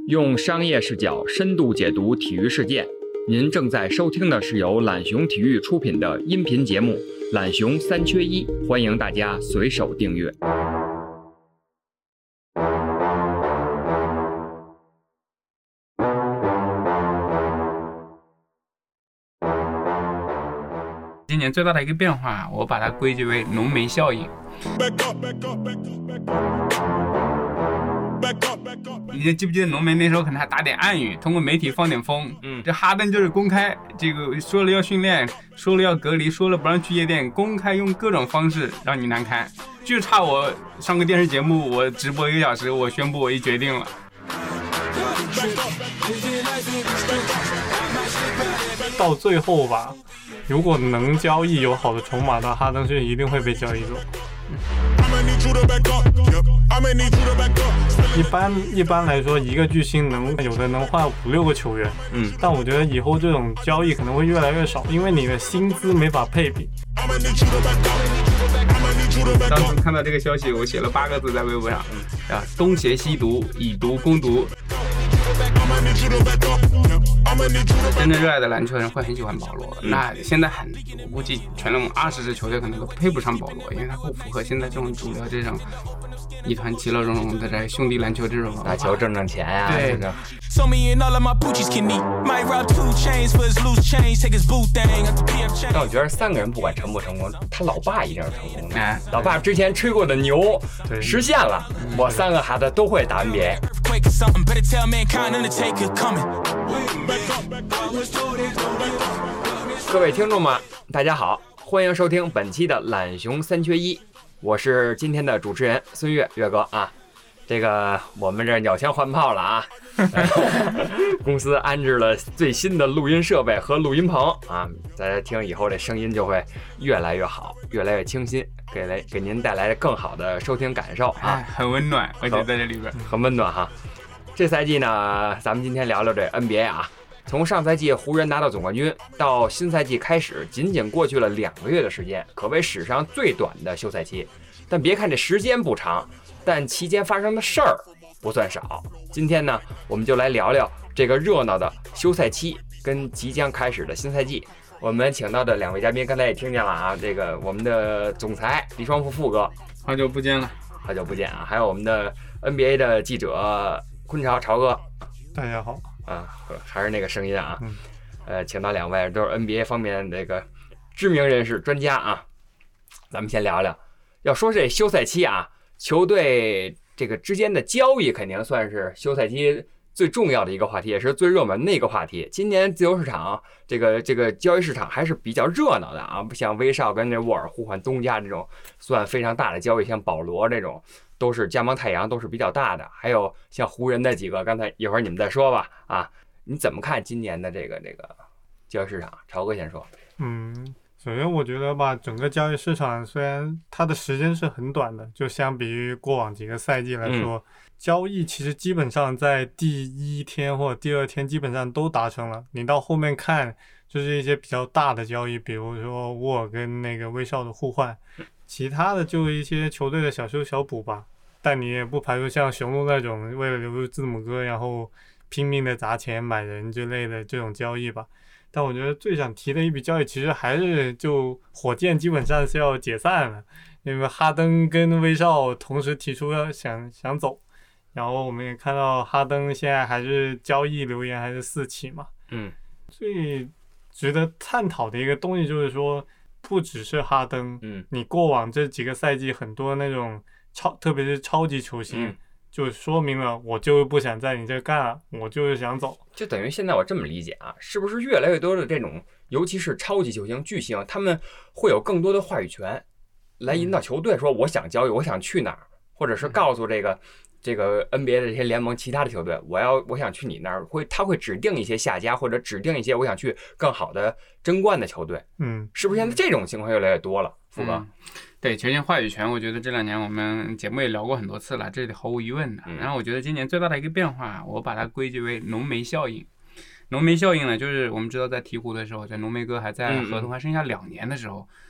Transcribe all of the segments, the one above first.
用商业视角深度解读体育事件。您正在收听的是由懒熊体育出品的音频节目《懒熊三缺一》，欢迎大家随手订阅。 今年最大的一个变化，我把它归结为浓眉效应。你记不记得浓眉那时候可能还打点暗语，通过媒体放点风。这哈登就是公开这个说了要训练，说了要隔离，说了不让去夜店，公开用各种方式让你难堪。就差我上个电视节目，我直播1个小时，我宣布我一决定了。 到最后吧，如果能交易有好的筹码的哈登是一定会被交易走。一般来说，一个巨星有的能换5-6个球员，但我觉得以后这种交易可能会越来越少，因为你的薪资没法配比。 当时看到这个消息，我写了8个字在微博上，东邪西毒，以毒攻毒。真正热爱的篮球人会很喜欢保罗，那现在我估计全联盟20支球队可能都配不上保罗，因为他不符合现在这种主流这种一团其乐融融的这兄弟篮球这种打球挣钱呀， 对。 但我觉得3个人不管成不成功，他老爸一定是成功的。老爸之前吹过的牛实现了，我3个孩子都会打 NBA。各位听众们，大家好，欢迎收听本期的懒熊三缺一，我是今天的主持人孙越哥啊。这个我们这鸟枪换炮了啊，公司安置了最新的录音设备和录音棚啊，大家听以后这声音就会越来越好，越来越清新，给您带来更好的收听感受啊， 很温暖，我觉得在这里边很温暖哈。这赛季呢，咱们今天聊聊这 NBA 啊。从上赛季湖人拿到总冠军到新赛季开始，仅仅过去了2个月的时间，可谓史上最短的休赛期。但别看这时间不长，但期间发生的事儿不算少。今天呢，我们就来聊聊这个热闹的休赛期跟即将开始的新赛季。我们请到的2位嘉宾，刚才也听见了啊，这个我们的总裁黎双富富哥， 好久不见了， 好久不见啊！还有我们的 NBA 的记者昆潮哥， 大家好啊，还是那个声音啊，请到2位都是 NBA 方面这个知名人士专家啊。咱们先聊聊，要说这休赛期啊，球队这个之间的交易肯定算是休赛期最重要的一个话题，也是最热门的一个话题。今年自由市场这个交易市场还是比较热闹的啊，不像威少跟这沃尔互换东家这种算非常大的交易，像保罗这种都是加盟太阳，都是比较大的。还有像湖人的几个，刚才一会儿你们再说吧啊。你怎么看今年的这个交易市场？潮哥先说。 首先我觉得吧，整个交易市场虽然它的时间是很短的，就相比于过往几个赛季来说，交易其实基本上在第1天或者第2天基本上都达成了。你到后面看，就是一些比较大的交易，比如说沃尔跟那个威少的互换，其他的就一些球队的小修小补吧。但你也不排除像雄鹿那种为了留住字母哥，然后拼命的砸钱买人之类的这种交易吧。但我觉得最想提的一笔交易，其实还是就火箭基本上是要解散了，因为哈登跟威少同时提出要想走，然后我们也看到哈登现在还是交易留言还是4起嘛。最值得探讨的一个东西就是说，不只是哈登，你过往这几个赛季很多那种特别是超级球星。就说明了我就是不想在你这干了，我就是想走。 就等于现在我这么理解啊，是不是越来越多的这种尤其是超级球星巨星，他们会有更多的话语权来引导球队说我想交易，我想去哪儿，或者是告诉这个 NBA 的这些联盟其他的球队我想去你那儿，他会指定一些下家，或者指定一些我想去更好的争冠的球队。是不是现在这种情况越来越多了？富哥。 对，球星话语权，我觉得这2年我们节目也聊过很多次了，这是毫无疑问的。然后我觉得今年最大的一个变化，我把它归结为浓眉效应。浓眉效应呢，就是我们知道在鹈鹕的时候，在浓眉哥还在合同还剩下2年的时候，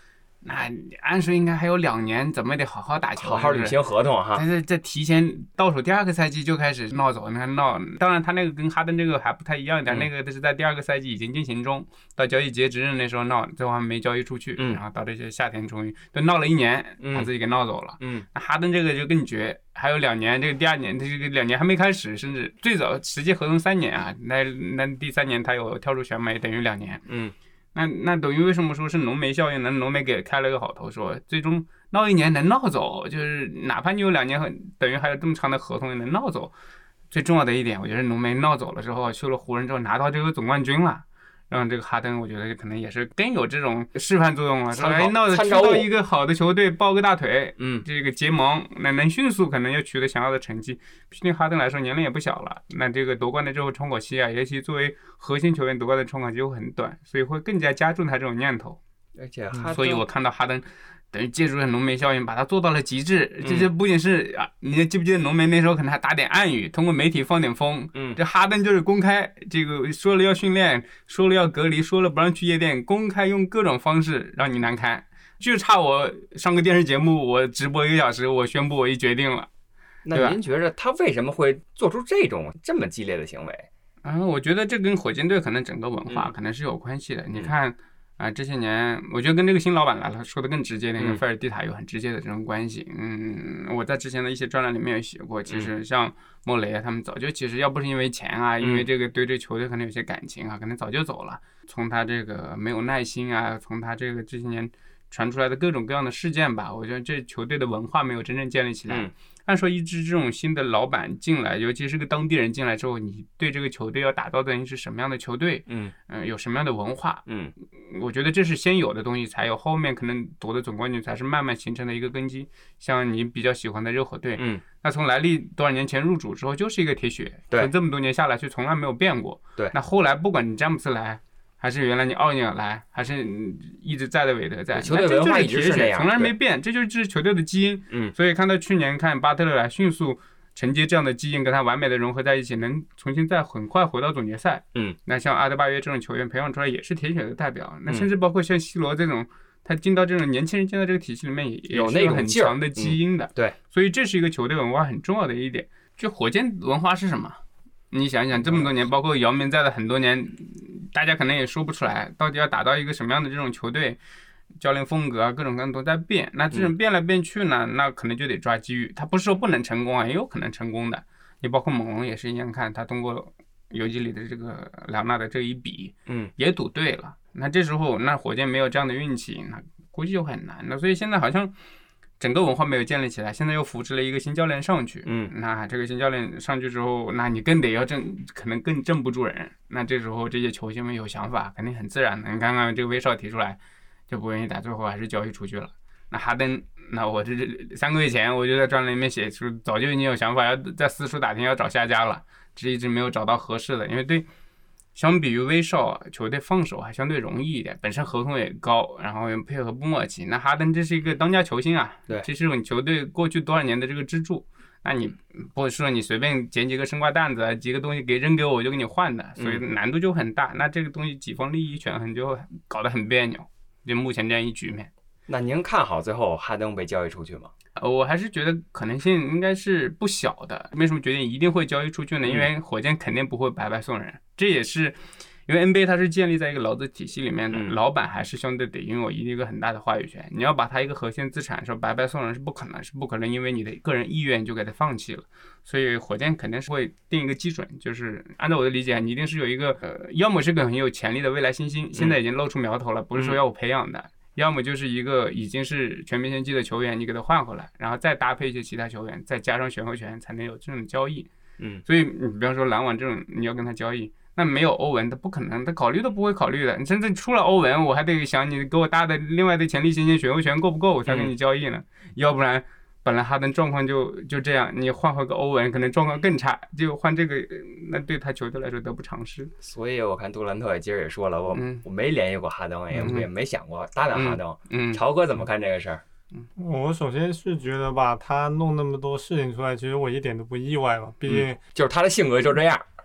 那按说应该还有2年，怎么也得好好打球， 好好履行合同哈。 但是这提前倒数第2个赛季就开始闹走，你看闹，当然他那个跟哈登这个还不太一样一点，那个是在第2个赛季已经进行中，到交易截止日那时候闹，最后还没交易出去，然后到这些夏天终于都闹了1年，他自己给闹走了。那哈登这个就更绝，还有2年，这个第2年，这个2年还没开始，甚至最早实际合同3年啊，那第3年他有跳出选美，等于2年。那等于为什么说是浓眉效应呢？浓眉给开了个好头，说最终闹1年能闹走，就是哪怕你有2年等于还有这么长的合同也能闹走。最重要的一点，我觉得浓眉闹走了之后，去了湖人之后拿到这个总冠军了，让这个哈登我觉得可能也是更有这种示范作用了。说哎，闹去到一个好的球队抱个大腿，这个结盟，那能迅速可能要取得想要的成绩。毕竟哈登来说年龄也不小了，那这个夺冠的这个窗口期啊，尤其作为核心球员夺冠的窗口期又很短，所以会更加加重他这种念头。 而且所以我看到哈登等于借助了浓眉效应，把它做到了极致。这不仅是啊，你记不记得浓眉那时候可能还打点暗语，通过媒体放点风。这哈登就是公开这个说了要训练，说了要隔离，说了不让去夜店，公开用各种方式让你难堪。就差我上个电视节目，我直播1个小时，我宣布我一决定了。 那您觉得他为什么会做出这么激烈的行为？ 我觉得这跟火箭队可能整个文化可能是有关系的。你看。这些年我觉得跟这个新老板来了说的更直接，跟菲尔蒂塔有很直接的这种关系。我在之前的一些专栏里面也写过，其实像莫雷啊，他们早就其实要不是因为钱啊，因为这个对这球队可能有些感情啊，可能早就走了。从他这个没有耐心啊，从他这个这些年传出来的各种各样的事件吧，我觉得这球队的文化没有真正建立起来。按说一支这种新的老板进来，尤其是个当地人进来之后，你对这个球队要打造的是什么样的球队，有什么样的文化，我觉得这是先有的东西，才有后面可能夺的总冠军才是慢慢形成的一个根基。像你比较喜欢的热火队，那从莱利多少年前入主之后就是一个铁血， 对， 这么多年下来就从来没有变过， 对。 那后来不管你詹姆斯来，还是原来你奥尼尔来，还是一直在的韦德在， 球队文化一直是那样， 从来没变，这就是球队的基因。所以看到去年看巴特勒来迅速承接这样的基因，跟他完美的融合在一起，能重新再很快回到总决赛。那像阿德巴约这种球员培养出来也是铁血的代表，那甚至包括像西罗这种，他进到这种年轻人进到这个体系里面也是有很强的基因的。 对， 所以这是一个球队文化很重要的一点。就火箭文化是什么？你想一想，这么多年，包括姚明在的很多年，大家可能也说不出来，到底要打造一个什么样的这种球队，教练风格啊，各种各样都在变。那这种变来变去呢，那可能就得抓机遇。他不是说不能成功啊，也有可能成功的。你包括猛龙也是一样，看他通过游击里的这个莱昂纳的这一笔，也赌对了。那这时候，那火箭没有这样的运气，那估计就很难的。所以现在好像整个文化没有建立起来，现在又扶植了一个新教练上去，那这个新教练上去之后，那你更得要可能更镇不住人。那这时候这些球星们有想法，肯定很自然的。你看看这个威少提出来就不愿意打，最后还是交易出去了。那哈登，那我这3个月前我就在专栏里面写出，早就已经有想法要在四处打听要找下家了，只一直没有找到合适的，因为对。相比于威少，球队放手还相对容易一点，本身合同也高，然后配合不默契。那哈登这是一个当家球星啊， 对， 这是你球队过去多少年的这个支柱。那你不是说你随便捡几个生瓜蛋子，几个东西扔给我就给你换的，所以难度就很大。那这个东西几方利益权衡就搞得很别扭，就目前这样一局面。 那您看好最后哈登被交易出去吗？ 我还是觉得可能性应该是不小的。为什么决定一定会交易出去呢？因为火箭肯定不会白白送人，这也是因为 NBA 它是建立在一个劳资体系里面的，老板还是相对得拥有一个很大的话语权。你要把它一个核心资产说白白送人是不可能，因为你的个人意愿就给它放弃了。所以火箭肯定是会定一个基准，就是按照我的理解，你一定是有一个要么是个很有潜力的未来新星，现在已经露出苗头了，不是说要我培养的。要么就是一个已经是全明星级的球员，你给他换回来，然后再搭配一些其他球员，再加上选秀权，才能有这种交易。所以你比方说篮网这种，你要跟他交易，那没有欧文，他不可能，他考虑都不会考虑的。你甚至出了欧文，我还得想你给我搭的另外的潜力新星选秀权够不够，我才跟你交易呢。要不然本来哈登状况就这样，你换回个欧文，可能状况更差，就换这个，那对他球队来说得不偿失。 所以我看杜兰特今儿也说了，我没联系过哈登，也没想过搭档哈登。朝哥怎么看这个事儿？ 我首先是觉得吧，他弄那么多事情出来，其实我一点都不意外嘛，毕竟就是他的性格就这样。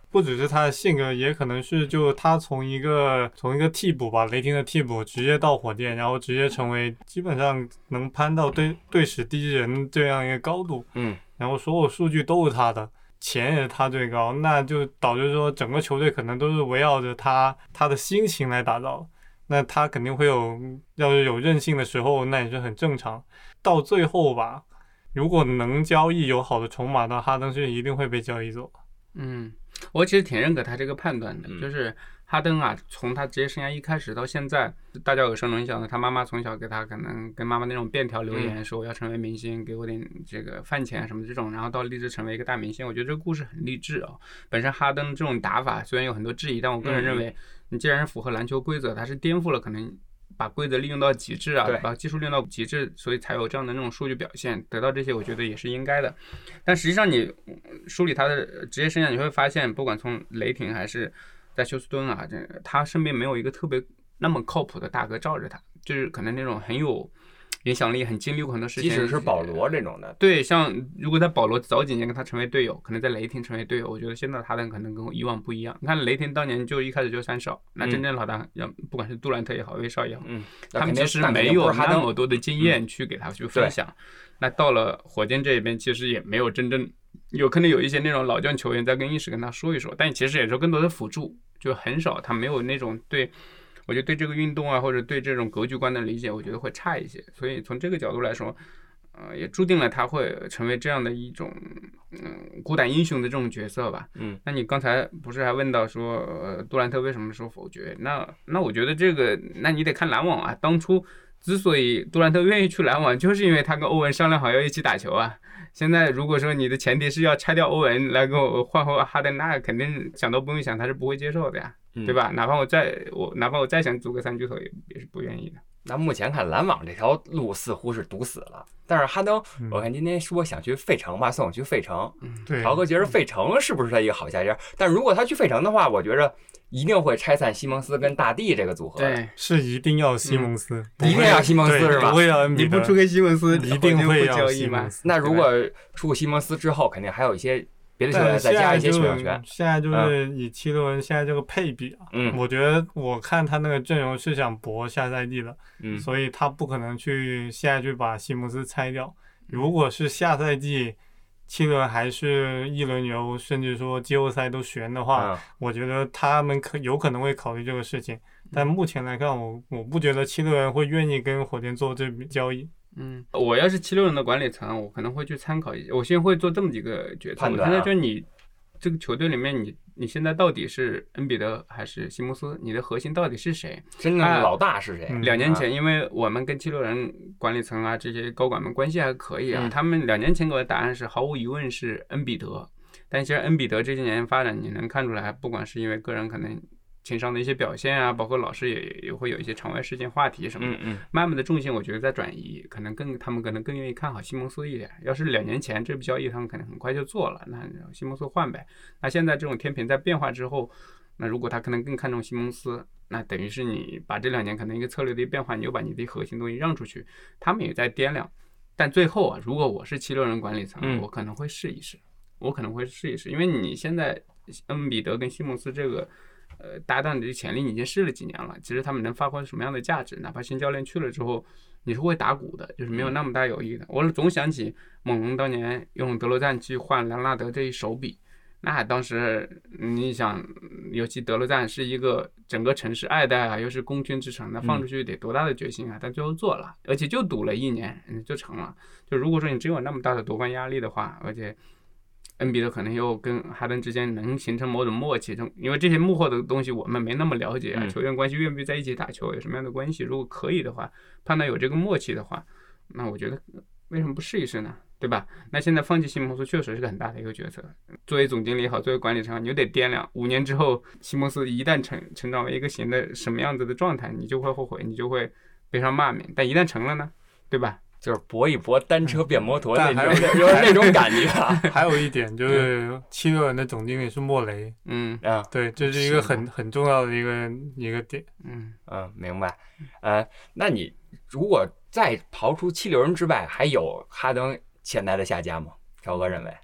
不只是他的性格，也可能是就他从一个替补吧，雷霆的替补直接到火箭，然后直接成为基本上能攀到队史第一人这样一个高度，然后所有数据都是他的，钱也是他最高，那就导致说整个球队可能都是围绕着他的心情来打造，那他肯定会要是有任性的时候，那也是很正常。到最后吧，如果能交易有好的筹码，那哈登是一定会被交易走。 我其实挺认可他这个判断的，就是哈登啊，从他职业生涯一开始到现在，大家耳熟能详的，他妈妈从小给他可能跟妈妈那种便条留言，说我要成为明星，给我点这个饭钱什么这种，然后到立志成为一个大明星。我觉得这个故事很励志啊。本身哈登这种打法虽然有很多质疑，但我个人认为，你既然是符合篮球规则，他是颠覆了可能把规则利用到极致啊，把技术利用到极致，所以才有这样的那种数据表现，得到这些我觉得也是应该的。但实际上你梳理他的职业生涯，你会发现不管从雷霆还是在休斯敦啊，他身边没有一个特别那么靠谱的大哥罩着他，就是可能那种很有影响力，很经历过很多事情， 即使是保罗这种的， 对，像如果在保罗早几年跟他成为队友，可能在雷霆成为队友，我觉得现在哈登可能跟以往不一样。你看雷霆当年就一开始就3少，那真正老大，不管是杜兰特也好，威少也好，他们其实没有那么多的经验去给他去分享。那到了火箭这边，其实也没有真正有可能有一些那种老将球员在更衣室跟他说一说，但其实也是更多的辅助，就很少，他没有那种我觉得对这个运动啊，或者对这种格局观的理解，我觉得会差一些。所以从这个角度来说，也注定了他会成为这样的一种孤胆英雄的这种角色吧。那你刚才不是还问到说，杜兰特为什么说否决？那我觉得这个，那你得看篮网啊。当初之所以杜兰特愿意去篮网，就是因为他跟欧文商量好要一起打球啊。现在如果说你的前提是要拆掉欧文来跟我换回哈登，那肯定想都不用想，他是不会接受的呀。对吧？哪怕我再想组个3巨头也是不愿意的。 那目前看篮网这条路似乎是堵死了，但是哈登，我看今天说想去费城吧，送我去费城。陶哥觉得费城是不是他一个好下家？但如果他去费城的话，我觉得一定会拆散西蒙斯跟大帝这个组合。 对， 是一定要西蒙斯， 一定要西蒙斯是吧？ 不会要恩比德， 你不出个西蒙斯， 一定会要西蒙斯。 那如果出个西蒙斯之后，肯定还有一些别的球员再加一些球员权。 现在就是以七六人现在这个配比啊，我觉得我看他那个阵容是想搏下赛季的，所以他不可能现在去把西蒙斯拆掉。如果是下赛季七六人还是一轮游，甚至说季后赛都悬的话，我觉得他们有可能会考虑这个事情。但目前来看，我不觉得七六人会愿意跟火箭做这笔交易。 我要是七六人的管理层，我可能会去参考一下。我先会做这么几个决策。我现在就你这个球队里面，你现在到底是恩比德还是西蒙斯？你的核心到底是谁？ 真正的老大是谁 ？2年前，因为我们跟七六人管理层啊这些高管们关系还可以啊，他们2年前给我的答案是毫无疑问是恩比德。但其实恩比德这些年发展，你能看出来，不管是因为个人可能情商的一些表现啊，包括老师也会有一些场外事件话题什么的，慢慢的重心我觉得在转移，他们可能更愿意看好西蒙斯一点。要是2年前这笔交易他们可能很快就做了，那西蒙斯换呗。那现在这种天平在变化之后，那如果他可能更看重西蒙斯，那等于是你把这2年可能一个策略的变化，你又把你的核心东西让出去，他们也在掂量。但最后啊，如果我是七六人管理层，我可能会试一试，因为你现在恩比德跟西蒙斯这个搭档的潜力已经试了几年了，其实他们能发挥什么样的价值，哪怕新教练去了之后你是会打鼓的，就是没有那么大有益的。我总想起猛龙当年用德罗赞去换兰纳德这一手笔，那当时你想，尤其德罗赞是一个整个城市爱戴啊，又是功勋之城，那放出去得多大的决心啊，但最后做了，而且就赌了1年就成了。就如果说你真有那么大的夺冠压力的话，而且恩比德可能又跟哈登之间能形成某种默契，因为这些幕后的东西我们没那么了解啊，球员关系愿不愿意在一起打球，有什么样的关系，如果可以的话，判断有这个默契的话，那我觉得为什么不试一试呢？对吧？那现在放弃西蒙斯确实是个很大的一个决策。作为总经理也好，作为管理层，你就得掂量5年之后，西蒙斯一旦成长为一个新的什么样子的状态，你就会后悔，你就会悲伤骂名。但一旦成了呢，对吧？ 就是搏一搏，单车变摩托那种，有那种感觉。 还有一点就是七六人的总经理是莫雷，对，这是一个很重要的一个点。 明白。那你如果再刨出七六人之外，还有哈登潜在的下家吗？超哥认为，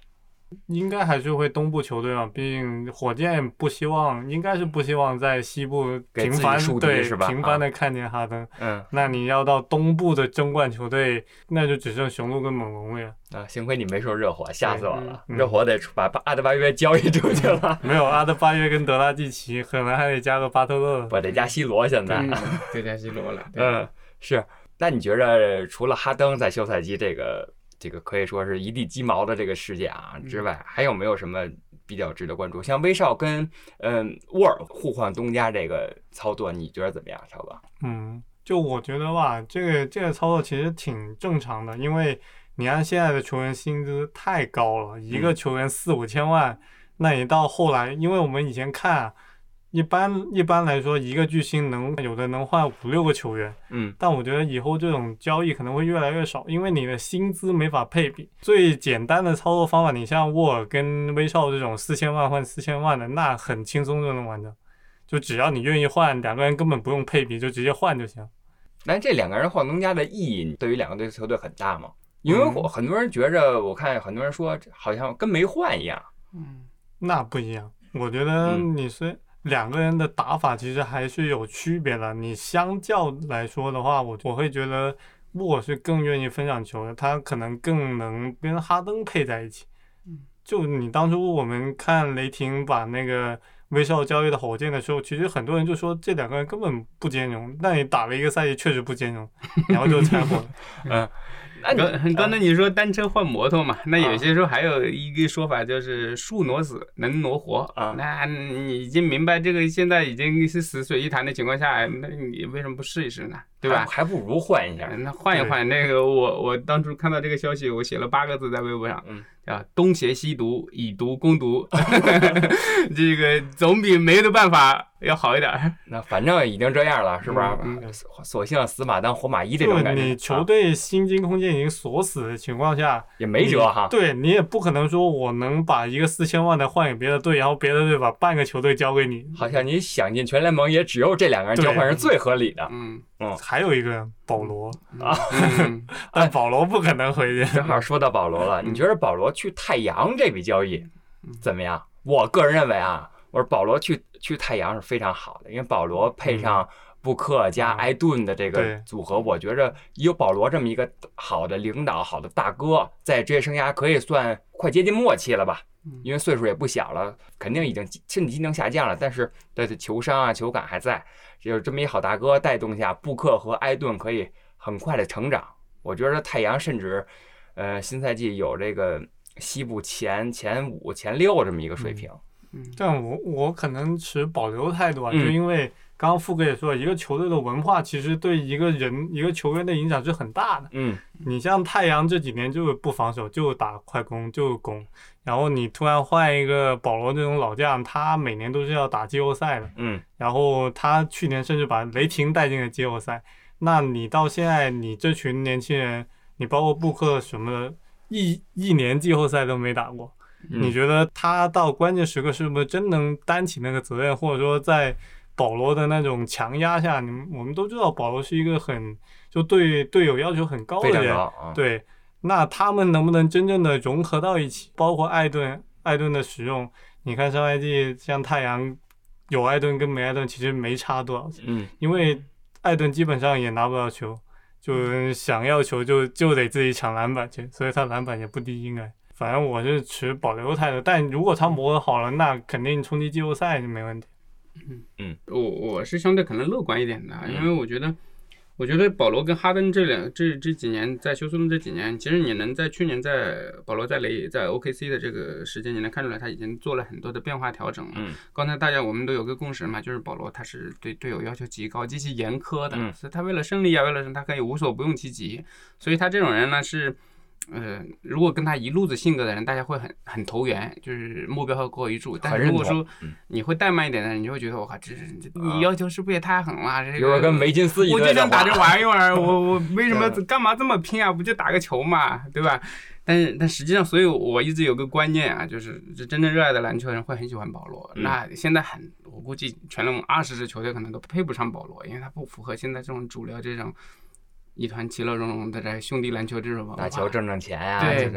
应该还是会东部球队嘛，毕竟火箭应该是不希望在西部频繁的看见哈登。那你要到东部的争冠球队，那就只剩雄鹿跟猛龙了。 幸亏你没说热火，吓死我了。热火得把阿德巴约交易出去了。 没有阿德巴约跟德拉季奇，可能还得加个巴特勒。 我得加西罗现在。 对，加西罗了。 是。那你觉着除了哈登在休赛期这个可以说是一地鸡毛的这个事件啊之外，还有没有什么比较值得关注？像威少跟沃尔互换东家这个操作，你觉得怎么样，超哥？ 就我觉得吧，这个操作其实挺正常的，因为你按现在的球员薪资太高了，一个球员4-5千万，那你到后来，因为我们以前看。一般来说，一个巨星有的能换5-6个球员，但我觉得以后这种交易可能会越来越少，因为你的薪资没法配比。最简单的操作方法，你像沃尔跟威少这种4000万换4000万的，那很轻松就能完成，就只要你愿意换，两个人根本不用配比，就直接换就行。 那这两个人换东家的意义对于两个队球队很大吗？因为很多人觉着，我看很多人说好像跟没换一样。 那不一样，我觉得你是。两个人的打法其实还是有区别的。你相较来说的话，我会觉得沃是更愿意分享球的，他可能更能跟哈登配在一起。就你当初我们看雷霆把那个威少交易的火箭的时候，其实很多人就说这两个人根本不兼容，但你打了一个赛季确实不兼容，然后就拆伙了。 刚才你说单车换摩托嘛，那有些时候还有一个说法就是树挪死能挪活。那你已经明白这个现在已经是死水一潭的情况下，那你为什么不试一试呢？对吧？ 还不如换一下。 那换一换，那个我当初看到这个消息，我写了8个字在微博上，叫东邪西毒，以毒攻毒。这个总比没的办法要好一点。 那反正已经这样了，是吧？索性死马当活马医这种感觉。 你球队薪金空间已经锁死的情况下， 也没辙哈。 对，你也不可能说我能把一个4000万的换给别的队，然后别的队把半个球队交给你。 好像你想进全联盟，也只有这两个人交换是最合理的。 还有一个人保罗但保罗不可能回去。 正好说到保罗了，你觉得保罗去太阳这笔交易怎么样？我个人认为啊，我说保罗去太阳是非常好的，因为保罗配上布克加埃顿的这个组合，我觉着有保罗这么一个好的领导、好的大哥，在职业生涯可以算快接近末期了吧。因为岁数也不小了，肯定已经身体机能下降了，但是对球商啊、球感还在。有这么一好大哥带动下，布克和埃顿可以很快的成长。我觉得太阳甚至，新赛季有这个西部前5、前6这么一个水平。 但我可能持保留态度啊，就因为刚刚富哥也说了，一个球队的文化其实对一个球员的影响是很大的。你像太阳这几年就不防守，就打快攻，就攻。然后你突然换一个保罗这种老将，他每年都是要打季后赛的。然后他去年甚至把雷霆带进了季后赛。那你到现在，你这群年轻人，你包括布克什么的，一年季后赛都没打过。你觉得他到关键时刻是不是真能担起那个责任？或者说在保罗的那种强压下，我们都知道保罗是一个就对队友要求很高的人。对。那他们能不能真正的融合到一起？包括艾顿的使用，你看上赛季像太阳有艾顿跟没艾顿其实没差多少钱。因为艾顿基本上也拿不到球，就想要球就得自己抢篮板去，所以他篮板也不低应该。反正我是持保留态度，但如果他磨合好了，那肯定冲击季后赛就没问题。 我是相对可能乐观一点的，因为我觉得保罗跟哈登这几年在休斯顿这几年，其实你能在去年保罗在 OKC 的这个时间，你能看出来他已经做了很多的变化调整了。刚才我们都有个共识嘛，就是保罗他是对队友要求极高、极其严苛的，所以他为了胜利啊，为了什么他可以无所不用其极。所以他这种人呢是。如果跟他一路子性格的人，大家会很投缘，就是目标和过一致。但是如果说你会怠慢一点的人，你就会觉得我靠，你要求是不是也太狠了？这个跟维金斯一我就想打这玩意儿，我为什么干嘛这么拼啊？不就打个球嘛，对吧？但实际上，所以我一直有个观念啊，就是真正热爱的篮球人会很喜欢保罗。那现在我估计全联盟20支球队可能都配不上保罗，因为他不符合现在这种主流这种。一团其乐融融的在兄弟篮球这种打球挣钱呀， 对，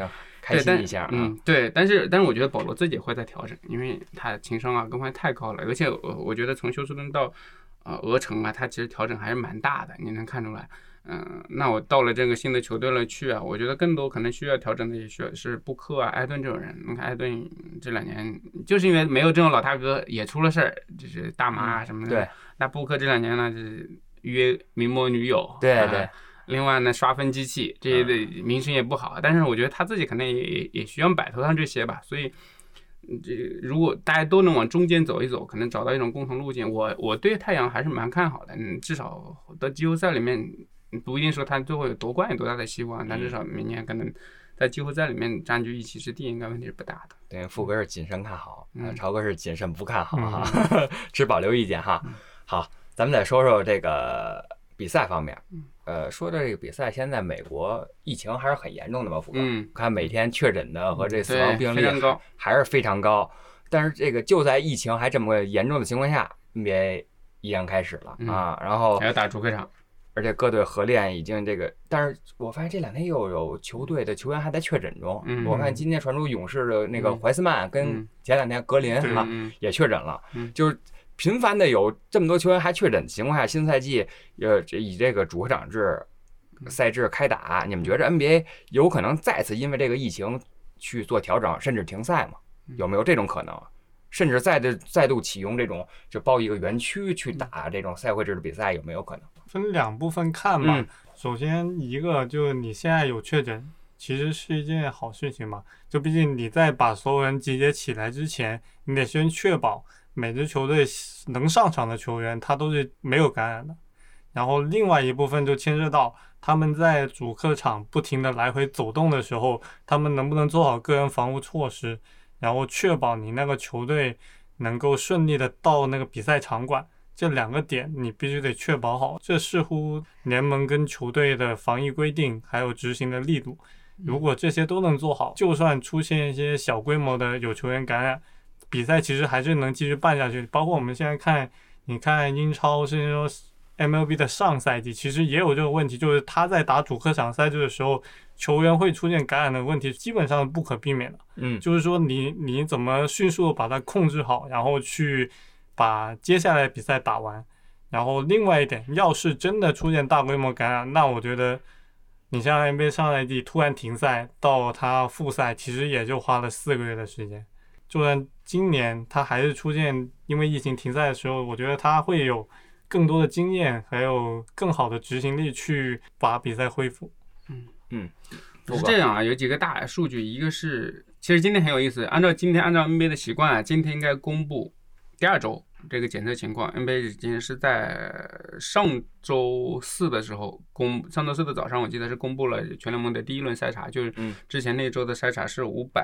开心一下啊。 对，但是我觉得保罗自己也会在调整，因为他情商啊各方面太高了，而且我觉得从休斯顿到俄城啊，他其实调整还是蛮大的，你能看出来。那我到了这个新的球队了去啊，我觉得更多可能需要调整的也需要是布克啊、埃顿这种人。你看埃顿这2年就是因为没有这种老大哥也出了事儿，就是大麻啊什么的。 对。 那布克这2年呢，就是约名模女友。 对。 另外呢，刷分机器这些的名声也不好，但是我觉得他自己可能也需要摆脱上这些吧。所以，如果大家都能往中间走一走，可能找到一种共同路径，我对太阳还是蛮看好的。至少到季后赛里面。不一定说他最后有夺冠有多大的希望，但至少明年可能在季后赛里面占据一席之地，应该问题是不大的。 对，富哥是谨慎看好，超哥是谨慎不看好哈，持保留意见哈。好，咱们再说说这个比赛方面。说的这个比赛，现在美国疫情还是很严重的吧，富哥？看每天确诊的和这死亡病例还是非常高。但是这个就在疫情还这么严重的情况下 ，NBA 依然开始了啊，然后还要打主客场。 而且各队合练已经这个，但是我发现这2天又有球队的球员还在确诊中。我看今天传出勇士的那个怀斯曼跟前2天格林也确诊了，就是频繁的有这么多球员还确诊的情况下，新赛季以这个主客场制赛制开打，你们觉得 NBA 有可能再次因为这个疫情去做调整，甚至停赛吗？有没有这种可能？甚至再度启用这种就包一个园区去打这种赛会制的比赛，有没有可能？ 分2部分看吧。首先一个就是你现在有确诊，其实是一件好事情嘛。就毕竟你在把所有人集结起来之前，你得先确保每支球队能上场的球员他都是没有感染的。然后另外一部分就牵涉到他们在主客场不停的来回走动的时候，他们能不能做好个人防护措施，然后确保你那个球队能够顺利的到那个比赛场馆。这2个点你必须得确保好，这视乎联盟跟球队的防疫规定还有执行的力度。如果这些都能做好，就算出现一些小规模的有球员感染，比赛其实还是能继续办下去。包括我们现在看，你看英超甚至说 MLB 的上赛季其实也有这个问题，就是他在打主客场赛制的时候，球员会出现感染的问题，基本上不可避免的。就是说你怎么迅速的把它控制好，然后去把接下来比赛打完。然后另外一点，要是真的出现大规模感染，那我觉得你像 NBA 上赛季突然停赛到他复赛，其实也就花了4个月的时间。就算今年他还是出现因为疫情停赛的时候，我觉得他会有更多的经验，还有更好的执行力去把比赛恢复。 是这样啊，有几个大数据，一个是其实今天很有意思，按照 NBA 的习惯啊，今天应该公布第2周这个检测情况。 NBA 今天是在上周4的时候上周4的早上，我记得是公布了全联盟的第1轮筛查，就是之前那周的筛查是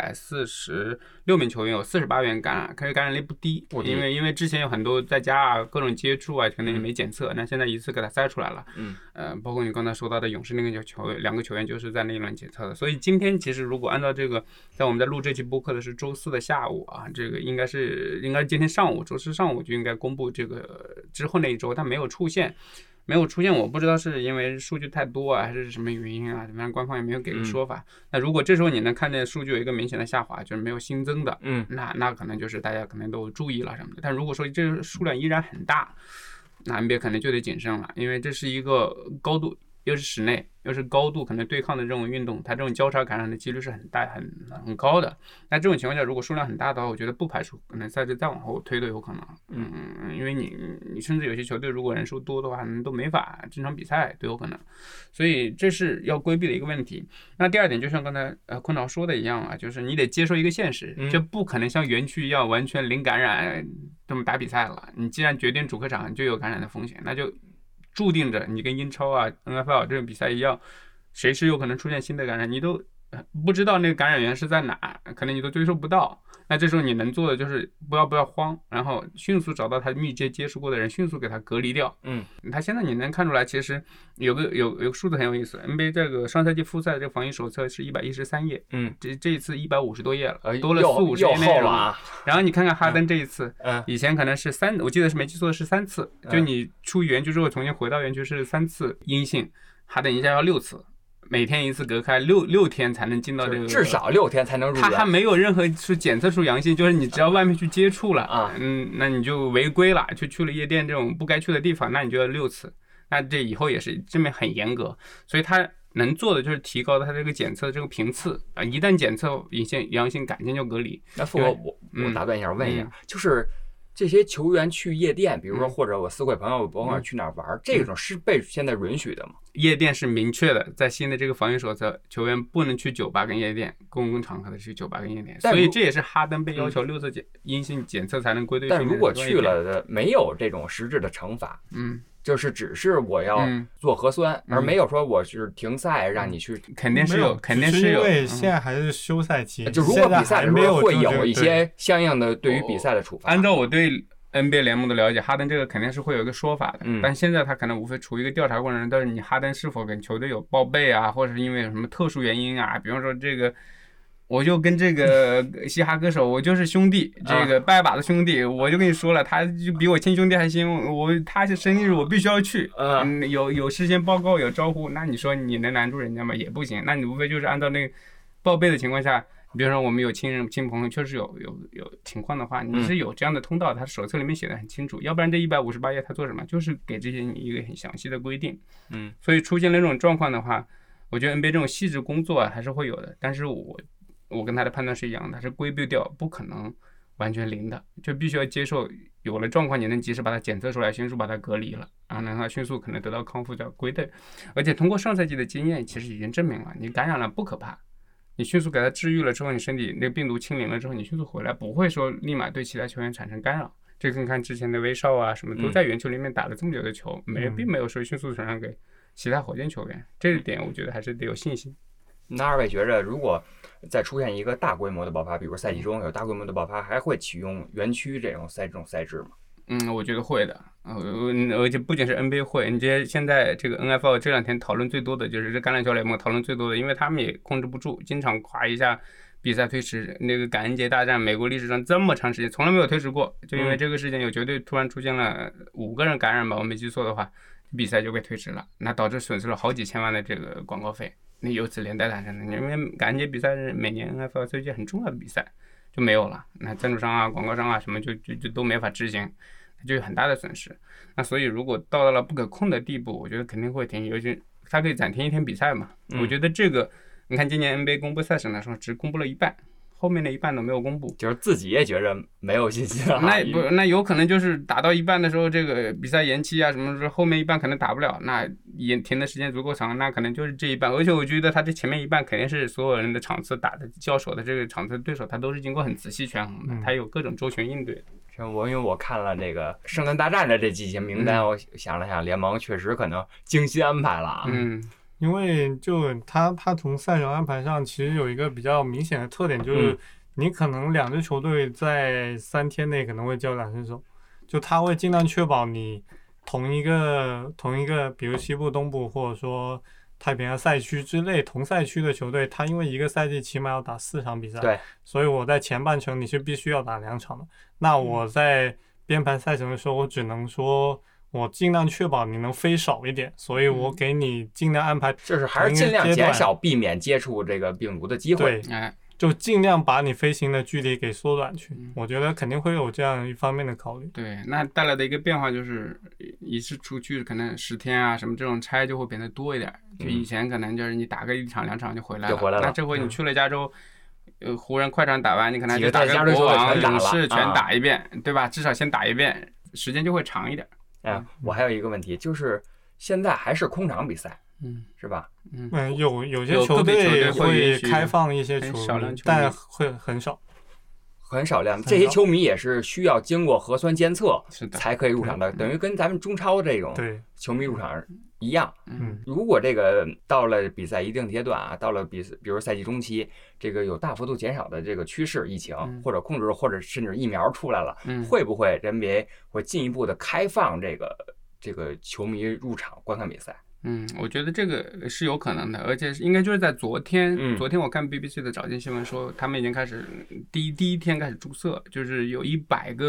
546名球员有48人感染，可是感染率不低，因为之前有很多在家啊各种接触啊可能也没检测，那现在一次给他筛出来了。包括你刚才说到的勇士那个2个球员就是在那一轮检测的，所以今天其实如果按照这个，在我们在录这期播客的是周4的下午啊，这个应该是今天上午，周4上午就应该公布这个之后那一周，但没有出现，我不知道是因为数据太多啊，还是什么原因啊，反正官方也没有给个说法。那如果这时候你能看见数据有一个明显的下滑，就是没有新增的，那可能就是大家可能都注意了什么的。但如果说这个数量依然很大，那 NBA 可能就得谨慎了，因为这是一个高度，又是室内又是高度可能对抗的这种运动，它这种交叉感染的几率是很高的。那这种情况下，如果数量很大的话，我觉得不排除可能赛制再往后推都有可能。因为你甚至有些球队如果人数多的话，可能都没法正常比赛都有可能，所以这是要规避的一个问题。那第2点，就像刚才坤导说的一样啊，就是你得接受一个现实，这不可能像园区一样完全零感染这么打比赛了。你既然决定主客场就有感染的风险，那就注定着你跟英超啊 NFL 这种比赛一样，谁是有可能出现新的感染，你都不知道那个感染源是在哪，可能你都追溯不到。那这时候你能做的就是不要慌，然后迅速找到他密切接触过的人，迅速给他隔离掉。他现在你能看出来，其实有个数字很有意思， NBA 这个上赛季复赛这个防疫手册是113页，这一次150多页了，多了4-50页内容啊。然后你看看哈登这一次，以前可能是我记得是没记错是3次，就你出园区之后重新回到园区是3次阴性，哈登一下要6次。 每天一次隔开六天才能进到这个， 至少6天才能入园。 它还没有任何是检测出阳性，就是你只要外面去接触了那你就违规了，去了夜店这种不该去的地方，那你就要6次。那这以后也是这边很严格，所以它能做的就是提高它这个检测的这个频次啊，一旦检测阳性，赶紧就隔离。 那傅哥，我打断一下，问一下，就是这些球员去夜店，比如说或者我4个朋友甭管去哪儿玩，这种是被现在允许的吗？ 夜店是明确的，在新的这个防疫手册，球员不能去酒吧跟夜店，公共场合的去酒吧跟夜店，所以这也是哈登被要求6次阴性检测才能归队。 但如果去了的没有这种实质的惩罚，就是只是我要做核酸，而没有说我是停赛让你去， 肯定是有，肯定是有。 因为现在还是休赛期， 就如果比赛的时候会有一些相应的对于比赛的处罚。 按照我对 NBA 联盟的了解，哈登这个肯定是会有一个说法的，但现在他可能无非处于一个调查过程中，但是你哈登是否跟球队有报备啊，或者是因为有什么特殊原因啊，比方说这个。我就跟这个嘻哈歌手，我就是兄弟，这个拜把子兄弟，我就跟你说了，他就比我亲兄弟还亲，他是生日我必须要去，有事先报告有招呼，那你说你能拦住人家吗？也不行，那你无非就是按照那个报备的情况下，比如说我们有亲朋友确实有情况的话，你是有这样的通道，他手册里面写的很清楚，要不然这158页他做什么？就是给这些你一个很详细的规定，所以出现了这种状况的话，我觉得 NBA 这种细致工作还是会有的，但是我跟他的判断是一样的，他是规避掉，不可能完全零的，就必须要接受有了状况，你能及时把它检测出来，迅速把它隔离了啊，让它迅速可能得到康复叫归队。而且通过上赛季的经验，其实已经证明了，你感染了不可怕，你迅速给它治愈了之后，你身体那个病毒清零了之后，你迅速回来，不会说立马对其他球员产生干扰。这跟看之前的威少啊什么都在圆球里面打了这么久的球，并没有说迅速传染给其他火箭球员，这一点我觉得还是得有信心。 那2位觉着，如果再出现一个大规模的爆发，比如赛季中有大规模的爆发，还会启用园区这种赛制吗？ 我觉得会的，而且不仅是 NBA 会，你这现在这个 NFL 这2天讨论最多的就是这橄榄球联盟讨论最多的，因为他们也控制不住，经常夸一下比赛推迟。那个感恩节大战，美国历史上这么长时间从来没有推迟过，就因为这个事件有绝对突然出现了5个人感染吧，我没记错的话，比赛就被推迟了，那导致损失了好几千万的这个广告费。那由此连带产生的，因为感恩节比赛是每年 NFL 最近很重要的比赛，就没有了，那赞助商啊、广告商啊什么就都没法执行，就有很大的损失。那所以如果到了不可控的地步，我觉得肯定会停，尤其它可以暂停1天比赛嘛。我觉得这个，你看今年 NBA 公布赛程的时候，只公布了一半。后面的一半都没有公布， 就是自己也觉着没有信心了。 那有可能就是打到一半的时候，这个比赛延期啊什么的，后面一半可能打不了，那停的时间足够长，那可能就是这一半。而且我觉得他这前面一半肯定是所有人的场次打的交手的这个场次对手，他都是经过很仔细权衡的，他有各种周全应对。 因为我看了这个圣诞大战的这几些名单，我想了想，联盟确实可能精心安排了啊。 因为就他从赛程安排上其实有一个比较明显的特点，就是你可能2支球队在3天内可能会交2身手，就他会尽量确保你同一个比如西部、东部或者说太平洋赛区之类同赛区的球队，他因为一个赛季起码要打4场比赛， 对， 所以我在前半程你是必须要打2场的。那我在编排赛程的时候，我只能说我尽量确保你能飞少一点，所以我给你尽量安排， 就是还是尽量减少避免接触这个病毒的机会。 对，就尽量把你飞行的距离给缩短去。我觉得肯定会有这样一方面的考虑。 对，那带来的一个变化就是一次出去可能10天啊什么这种差就会变得多一点。就以前可能就是你打个1场2场就回来了，那这回你去了加州。湖人快船打完，你可能就打个国王、勇士全打一遍，对吧？至少先打一遍，时间就会长一点。 我还有一个问题，就是现在还是空场比赛，是吧？ 有些球队会开放一些球迷，但会很少量。 这些球迷也是需要经过核酸监测才可以入场的，等于跟咱们中超这种球迷入场一样。如果这个到了比赛一定阶段啊，到了比如赛季中期，这个有大幅度减少的这个趋势，疫情或者控制，或者甚至疫苗出来了，会不会 NBA 会进一步的开放这个球迷入场观看比赛？ 我觉得这个是有可能的，而且应该就是在昨天我看 BBC 的早间新闻说，他们已经开始第一天开始注册，就是有100个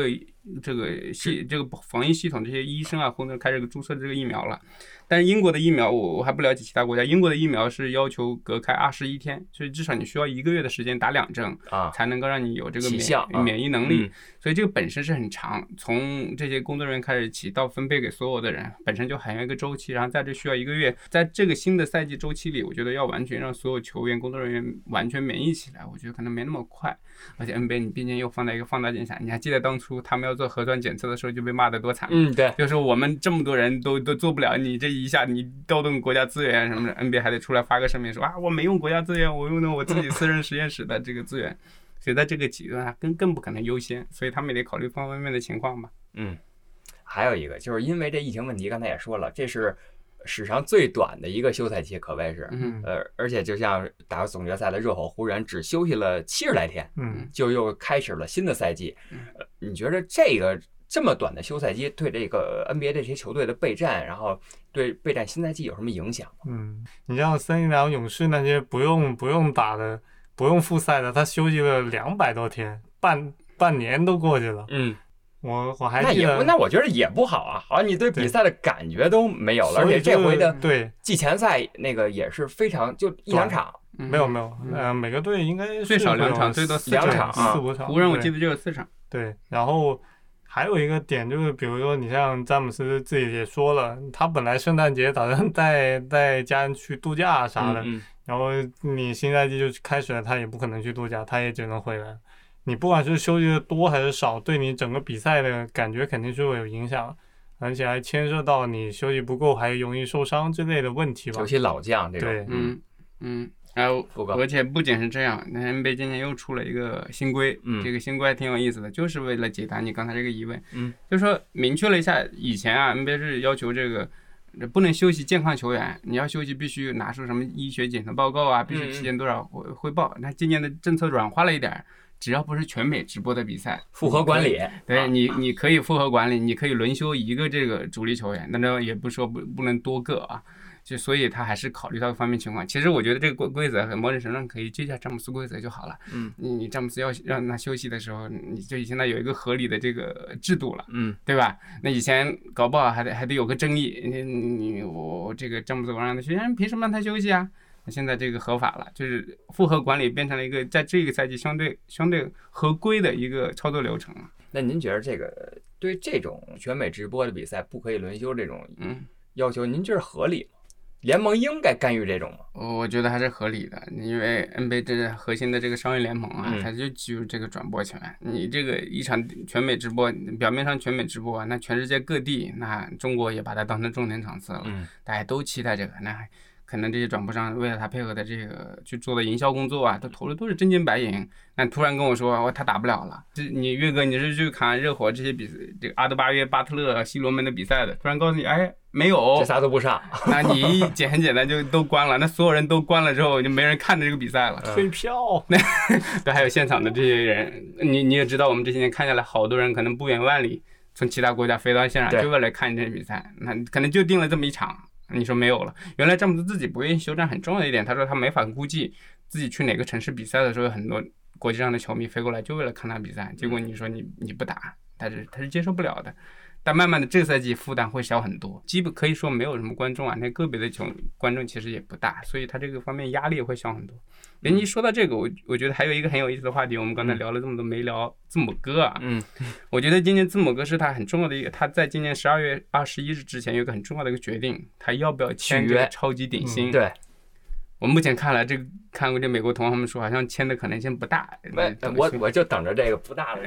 这个防疫系统这些医生啊，或者开始注射这个疫苗了。但是英国的疫苗我还不了解其他国家，英国的疫苗是要求隔开21天，所以至少你需要1个月的时间打2针才能够让你有这个免疫能力。所以这个本身是很长，从这些工作人员开始起到分配给所有的人，本身就很有一个周期，然后在这需要1个月，在这个新的赛季周期里，我觉得要完全让所有球员、工作人员完全免疫起来，我觉得可能没那么快。而且 NBA 你毕竟又放在一个放大镜下，你还记得当初他们要做核酸检测的时候就被骂得多惨？ 对， 就是我们这么多人都做不了，你这一下你调动国家资源什么的 ，NBA 还得出来发个声明说啊，我没用国家资源，我用的我自己私人实验室的这个资源，所以在这个极端更不可能优先，所以他们也得考虑方方面面的情况吧。 还有一个就是因为这疫情问题，刚才也说了，这是史上最短的一个休赛期，可谓是，而且就像打过总决赛的热火湖人，只休息了70来天，就又开始了新的赛季。你觉得这么短的休赛期对这个 NBA 这些球队的备战，然后对备战新赛季有什么影响吗？ 你像森林狼、勇士那些不用打的、不用复赛的，他休息了200多天，半年都过去了。我还记得， 那我觉得也不好啊，好像你对比赛的感觉都没有了，而且这回的季前赛那个也是非常就1-2场， 没有，每个队应该最少2场，最多4场 ，4-5场。 湖人我记得就有4场。 对，然后还有一个点就是，比如说你像詹姆斯自己也说了，他本来圣诞节打算带家人去度假啥的，然后你新赛季就开始了，他也不可能去度假，他也只能回来。你不管是休息的多还是少，对你整个比赛的感觉肯定是会有影响，而且还牵涉到你休息不够还容易受伤之类的问题吧。 尤其老将这种。 对，然后而且不仅是这样，那 NBA 今年又出了一个新规，这个新规还挺有意思的，就是为了解答你刚才这个疑问，就是说明确了一下，以前啊 NBA 是要求这个不能休息健康球员，你要休息必须拿出什么医学检测报告啊，必须提前多少汇报。那今年的政策软化了一点。只要不是全美直播的比赛， 复合管理， 对你可以复合管理，你可以轮休1个这个主力球员，但是也不说不能多个啊，就所以他还是考虑到方面情况。其实我觉得这个规则和某种程度上可以接下詹姆斯规则就好了。你詹姆斯要让他休息的时候，你就现在有一个合理的这个制度了，对吧？那以前搞不好还得有个争议，我这个詹姆斯我让他休息，凭什么让他休息啊？现在这个合法了，就是复合管理变成了一个在这个赛季相对合规的一个操作流程了。 那您觉得这个对这种全美直播的比赛不可以轮休这种要求，您觉得合理吗？联盟应该干预这种吗？ 我觉得还是合理的，因为 NBA 这是核心的这个商业联盟啊，它就基于这个转播权。你这个一场全美直播，表面上全美直播，那全世界各地，那中国也把它当成重点场次了，大家都期待这个，那可能这些转播商为了他配合的这个去做的营销工作啊，他投的都是真金白银。那突然跟我说，他打不了了。你岳哥，你是去看热火这些比赛，这个阿德巴约、巴特勒、西罗门的比赛的，突然告诉你，没有， 这仨都不上。 那你很简单就都关了，那所有人都关了之后，就没人看这个比赛了。 退票。 对，还有现场的这些人，你也知道，我们这些年看下来，好多人可能不远万里从其他国家飞到现场，就为了看这些比赛，那可能就定了这么一场。你说没有了，原来詹姆斯自己不愿意休战很重要的一点，他说他没法估计自己去哪个城市比赛的时候，有很多国际上的球迷飞过来就为了看他比赛，结果你说你不打，他是接受不了的。但慢慢的这个赛季负担会小很多，基本可以说没有什么观众啊，那个别的观众其实也不大，所以他这个方面压力也会小很多。一说到这个，我觉得还有一个很有意思的话题，我们刚才聊了这么多没聊字母哥啊。我觉得今年字母哥是他很重要的一个，他在今年12月21日之前有一个很重要的一个决定，他要不要签这个超级顶薪。 对， 我目前看来，看过这美国同行他们说，好像签的可能性不大。 我就等着这个不大的。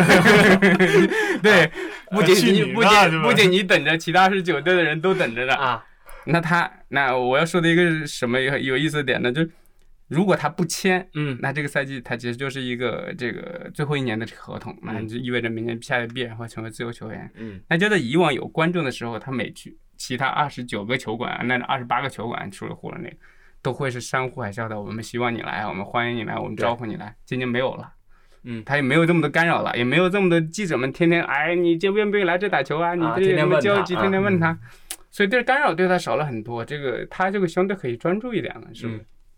对，不仅你等着，其他19队的人都等着呢啊。那我要说的一个什么有意思的点呢？就如果他不签，那这个赛季他其实就是一个这个最后1年的合同，那就意味着明年下一必然会成为自由球员。那就在以往有观众的时候，他每去其他29个球馆，那28个球馆除了湖人那个，都会是山呼海啸的，我们希望你来，我们欢迎你来，我们招呼你来。今年没有了，他也没有这么多干扰了，也没有这么多记者们天天你这愿不愿意来这打球啊？你这什么交集天天问他，所以这干扰对他少了很多。他这个相对可以专注一点了，是不是？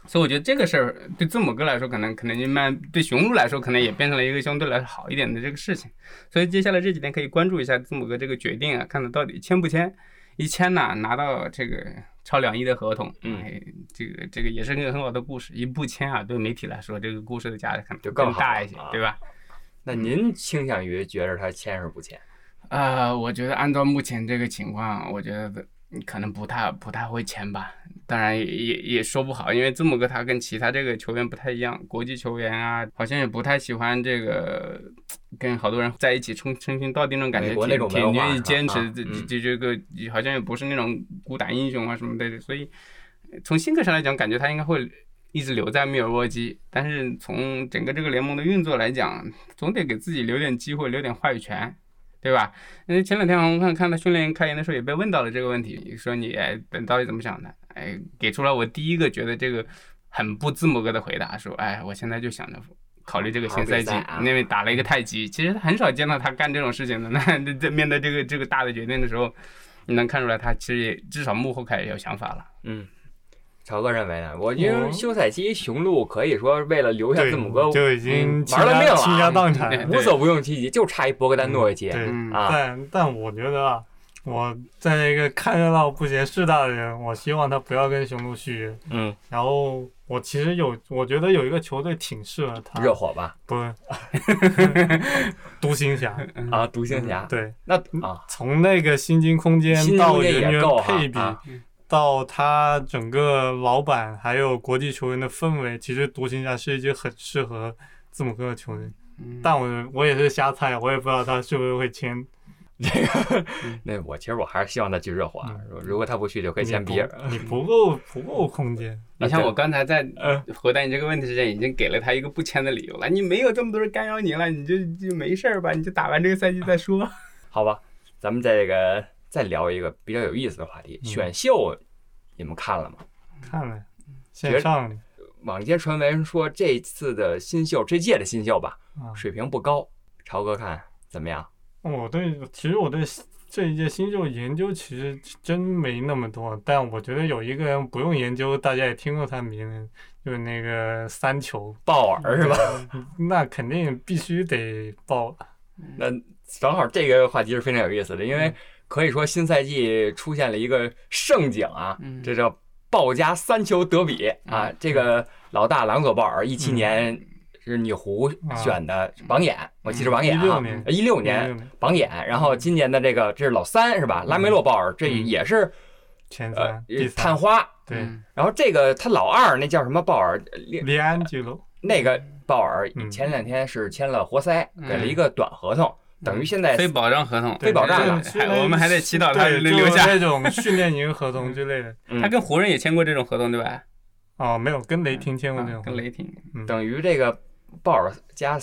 所以我觉得这个事儿对字母哥来说可能就慢，对雄鹿来说可能也变成了一个相对来说好一点的这个事情。所以接下来这几天可以关注一下字母哥这个决定啊，看他到底签不签。一签呢，拿到这个超2亿的合同，这个也是个很好的故事。一不签啊，对媒体来说，这个故事的价值可能就更大一些，对吧？ 那您倾向于觉得他签是不签？ 我觉得按照目前这个情况，我觉得可能不太会签吧。当然也说不好，因为字母哥他跟其他这个球员不太一样，国际球员啊，好像也不太喜欢这个跟好多人在一起称兄道弟那种感觉，挺愿意坚持这个好像也不是那种孤胆英雄啊什么的，所以从性格上来讲，感觉他应该会一直留在密尔沃基，但是从整个这个联盟的运作来讲，总得给自己留点机会，留点话语权。对吧？前2天我看他训练开营的时候也被问到了这个问题，说你到底怎么想的？给出了我第一个觉得这个很不字母哥的回答，说我现在就想着考虑这个新赛季，因为打了一个太极，其实很少见到他干这种事情的。那在面对这个大的决定的时候，你能看出来他其实也至少幕后开始有想法了。 曹哥认为呢？我觉得休赛期雄鹿可以说为了留下字母哥就已经玩了命了， 倾家荡产， 无所不用其极，就差一博格丹诺维奇。 但我觉得啊，我在一个看热闹不嫌事大的人，我希望他不要跟雄鹿续约。然后我其实我觉得有一个球队挺适合他， 热火吧？ 不是，独行侠啊，独行侠。 对， 那从那个薪金空间到人员配比。到他整个老板还有国际球员的氛围，其实独行侠是一支很适合字母哥的球队。但我也是瞎猜，我也不知道他是不是会签。 这个，那其实我还是希望他去热火。如果他不去，就可以签比尔。 你不够空间。 你像我刚才在回答你这个问题之前，已经给了他一个不签的理由了。你没有这么多人干扰你了，你就没事吧？你就打完这个赛季再说。 好吧，咱们这个。再聊一个比较有意思的话题，选秀你们看了吗？ 看了，线上的。 网间传闻说这次的新秀，这届的新秀吧，水平不高。朝哥看怎么样？ 其实我对这一届新秀研究其实真没那么多，但我觉得有一个人不用研究，大家也听过他名字，就是那个3球鲍尔是吧？ 那肯定必须得鲍。 那正好这个话题是非常有意思的，因为。可以说新赛季出现了一个盛景啊，这叫鲍家3球德比啊。这个老大朗佐鲍尔17年是女湖选的榜眼，我记着榜眼啊，16年榜眼。然后今年的这是老3是吧？拉梅洛鲍尔这也是前3 探花。 对。 然后这个他老2那叫什么鲍尔？ 利安吉罗。 那个鲍尔前2天是签了活塞，给了一个短合同。等于现在非保障合同， 非保障的， 我们还得祈祷他能留下那种训练营合同之类的。 他跟湖人也签过这种合同，对吧？ 没有，跟雷霆签过这种。 跟雷霆， 等于这个鲍尔加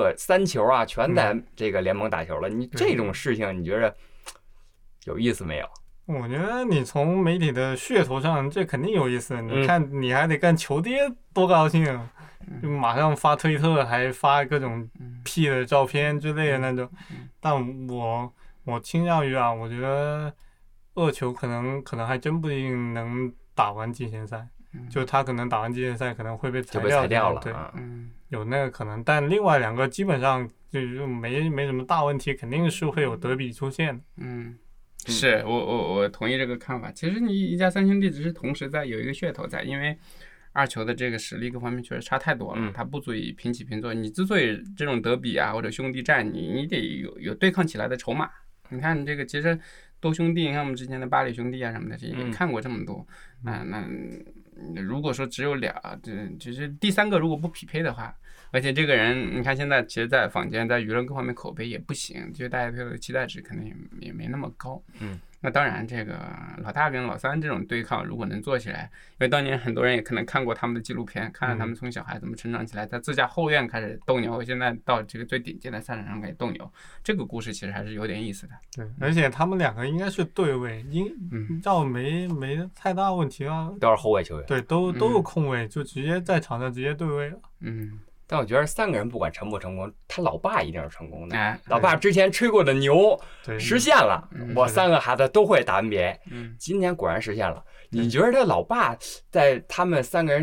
3球啊，全在这个联盟打球了。你这种事情，你觉得有意思没有？ 我觉得你从媒体的噱头上，这肯定有意思。你看，你还得干球爹多高兴啊！就马上发推特，还发各种屁的照片之类的那种。但我倾向于啊，我觉得2球可能还真不一定能打完季前赛，就他可能打完季前赛可能会被裁掉了。 对，有那个可能。但另外2个基本上就没什么大问题，肯定是会有德比出现的。 是我同意这个看法。其实你一家3兄弟只是同时在有一个噱头在，因为2球的这个实力各方面确实差太多了，他不足以平起平坐。你之所以这种德比啊或者兄弟战，你得有对抗起来的筹码。你看这个其实多兄弟，你看我们之前的巴黎兄弟啊什么的，也看过这么多。那如果说只有2，只是第3个如果不匹配的话，而且这个人你看现在其实在坊间在舆论各方面口碑也不行，就是大家对他的期待值可能也没那么高。那当然这个老大跟老3这种对抗如果能做起来，因为当年很多人也可能看过他们的纪录片，看了他们从小孩怎么成长起来，在自家后院开始斗牛，现在到这个最顶尖的赛场上开始斗牛，这个故事其实还是有点意思的。 对，而且他们2个应该是对位，要没太大问题啊， 都是后卫球员。 对，都有空位，就直接在场上直接对位了。 但我觉得3个人不管成不成功，他老爸一定是成功的。老爸之前吹过的牛实现了，我3个孩子都会打 NBA。今年果然实现了。你觉得他老爸在他们3个人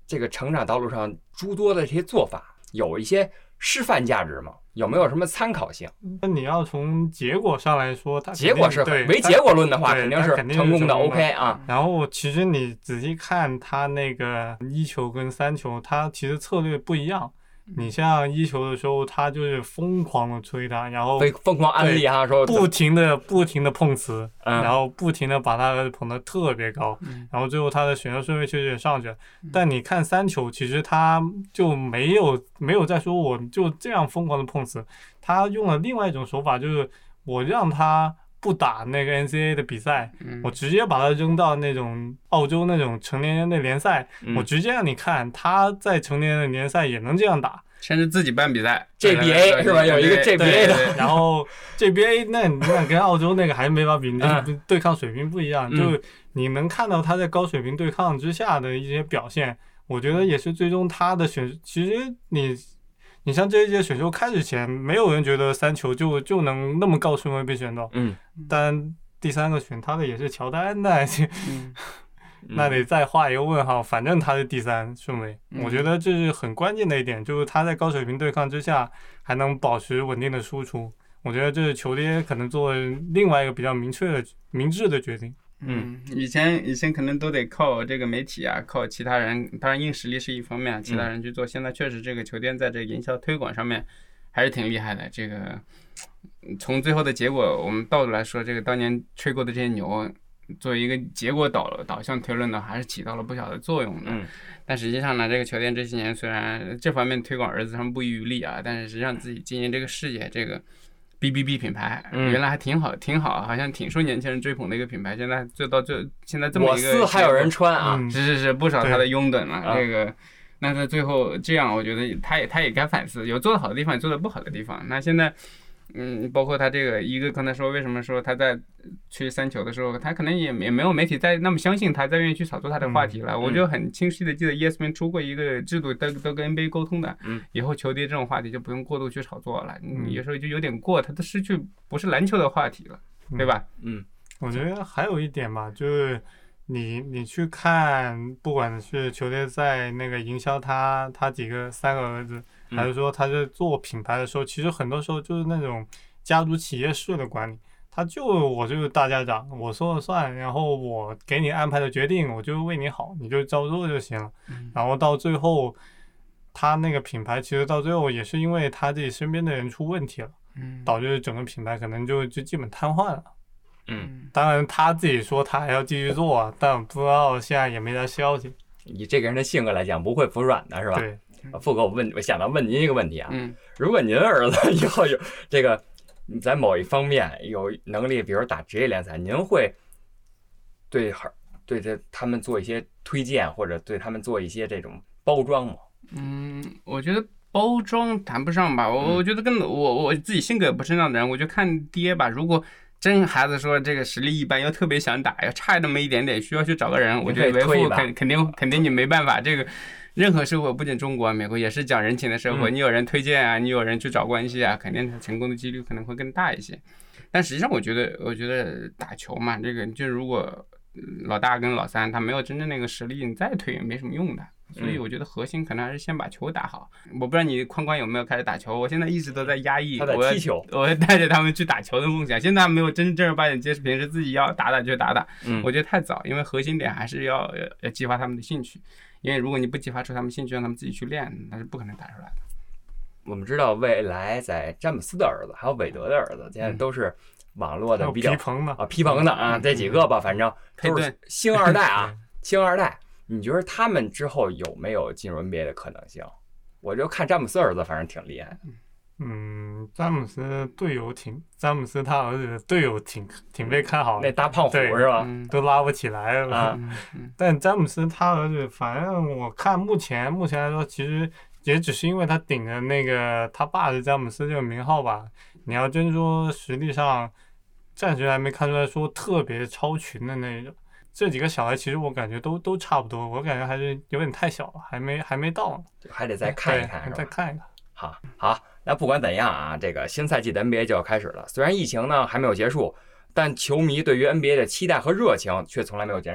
这个成长道路上诸多的这些做法有一些示范价值吗？有没有什么参考性？ 那你要从结果上来说，它结果是为结果论的话，肯定是成功的 OK 啊。 然后其实你仔细看它那个1球跟3球，它其实策略不一样。你像1球的时候，他就是疯狂的吹他，然后疯狂安利哈，说不停的碰瓷，然后不停的把他捧得特别高，然后最后他的选秀顺位确实也上去了。但你看3球，其实他就没有再说我就这样疯狂的碰瓷，他用了另外一种手法，就是我让他不打那个 NCAA 的比赛，我直接把他扔到那种澳洲那种成年人的联赛，我直接让你看他在成年人的联赛也能这样打， 甚至自己办比赛 ，JBA 是吧？有一个 JBA 的， 然后 JBA 那跟澳洲那个还是没法比，对抗水平不一样，就你能看到他在高水平对抗之下的一些表现，我觉得也是最终他的其实你像这一届选秀开始前，没有人觉得3球就能那么高顺位被选到，但第3个选他的也是乔丹的，那得再画一个问号，反正他是第3顺位，我觉得这是很关键的一点，就是他在高水平对抗之下还能保持稳定的输出，我觉得这是球爹可能做另外一个比较明智的决定。 以前可能都得靠这个媒体啊，靠其他人，当然硬实力是一方面，其他人去做。现在确实这个球店在这个营销推广上面还是挺厉害的。这个从最后的结果，我们倒着来说，这个当年吹过的这些牛，作为一个结果导向推论的，还是起到了不小的作用的。但实际上呢，这个球店这些年虽然这方面推广儿子上不遗余力啊，但是实际上自己经营这个事业，这个BBB 品牌原来还挺好，好像挺受年轻人追捧的一个品牌，现在现在这么一个， 我司还有人穿啊， 是不少他的拥趸了。这个，那他最后这样，我觉得他也该反思，有做得好的地方，也做得不好的地方。那现在，包括他这个一个刚才说为什么说他在吹3球的时候，他可能也没有媒体再那么相信他，再愿意去炒作他的话题了。我就很清晰的记得 ESPN 出过一个制度，都跟 NBA 沟通的，以后球爹这种话题就不用过度去炒作了，有时候就有点过，他都失去不是篮球的话题了，对吧？ 我觉得还有一点吧，就是你去看，不管是球爹在那个营销他3个儿子，还是说他在做品牌的时候，其实很多时候就是那种家族企业式的管理。我就是大家长，我说了算，然后我给你安排的决定，我就为你好，你就照做就行了。然后到最后，他那个品牌其实到最后也是因为他自己身边的人出问题了，导致整个品牌可能就基本瘫痪了。当然他自己说他还要继续做，但不知道现在也没啥消息。 以这个人的性格来讲，不会服软的是吧？ 对。 富哥，我想到问您一个问题啊，如果您儿子以后有这个在某一方面有能力，比如打职业联赛，您会对他们做一些推荐，或者对他们做一些这种包装吗？ 我觉得包装谈不上吧，我觉得跟我自己性格也不是那样的人，我就看爹吧。如果真孩子说这个实力一般，又特别想打，要差那么一点点，需要去找个人，我觉得为父肯定你没办法。这个任何社会，不仅中国、美国也是讲人情的社会，你有人推荐啊，你有人去找关系啊，肯定成功的几率可能会更大一些。但实际上我觉得打球嘛，这个就如果老大跟老三他没有真正那个实力，你再推也没什么用的。所以我觉得核心可能还是先把球打好。我不知道你宽宽有没有开始打球，我现在一直都在压抑他在踢球， 我会带着他们去打球的梦想。现在没有正儿八经接触，平时自己要打就打。我觉得太早，因为核心点还是要激发他们的兴趣。因为如果你不激发出他们兴趣，让他们自己去练，那是不可能打出来的。 我们知道未来在詹姆斯的儿子还有韦德的儿子，现在都是网络的比较皮蓬的啊，这几个吧，反正都是星二代啊，星二代。你觉得他们之后有没有进入 NBA 的可能性？我就看詹姆斯儿子，反正挺厉害的。 詹姆斯他儿子的队友挺被看好的， 那大胖虎是吧？ 都拉不起来了。但詹姆斯他儿子，反正我看目前来说，其实也只是因为他顶着那个他爸是詹姆斯这个名号吧。你要真说实力上，暂时还没看出来说特别超群的那种。这几个小孩其实我感觉都差不多，我感觉还是有点太小了，还没到呢， 还得再看一看， 再看一看。 好，那不管怎样啊，这个新赛季的 NBA 就要开始了。虽然疫情呢还没有结束，但球迷对于 NBA 的期待和热情却从来没有减少。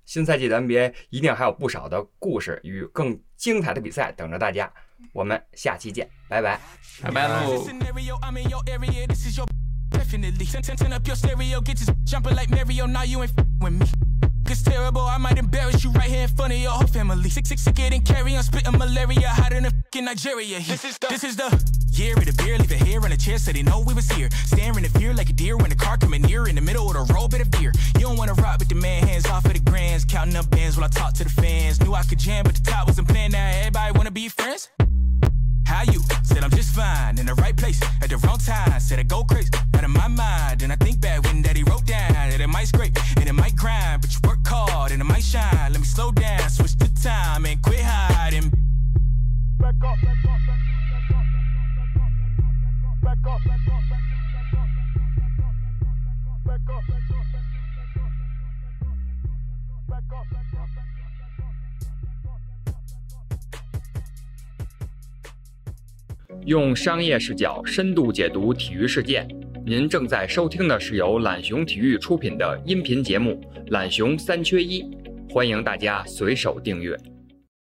新赛季的 NBA 一定还有不少的故事与更精彩的比赛等着大家。我们下期见，拜拜， 拜拜喽。 Definitely. Turn up your stereo, get you jumping like Mario. Now you ain't with me. It's terrible, I might embarrass you right here in front of your whole family. Sicker than carry on, spitting malaria, hotter than fucking Nigeria. This is the year of the beer, leave it here on the chair, so they know we was here. Staring in fear like a deer when the car coming near, in the middle of the road, bit of beer. You don't wanna rock with the man, hands off of the grands, counting up bands while I talk to the fans. Knew I could jam, but the top wasn't playing. Now everybody wanna be friends. How you? Said I'm just fine, in the right place, at the wrong time. Said I go crazy, out of my mind. And I think back when daddy wrote down that it might scrape and it might grind, but you work hard and it might shine. Let me slow down, switch the time and quit hiding. Back up, back up, back up, back up, back up, back up, back up, back up, back up, back up. 用商业视角深度解读体育事件。您正在收听的是由懒熊体育出品的音频节目《懒熊3缺1》，欢迎大家随手订阅。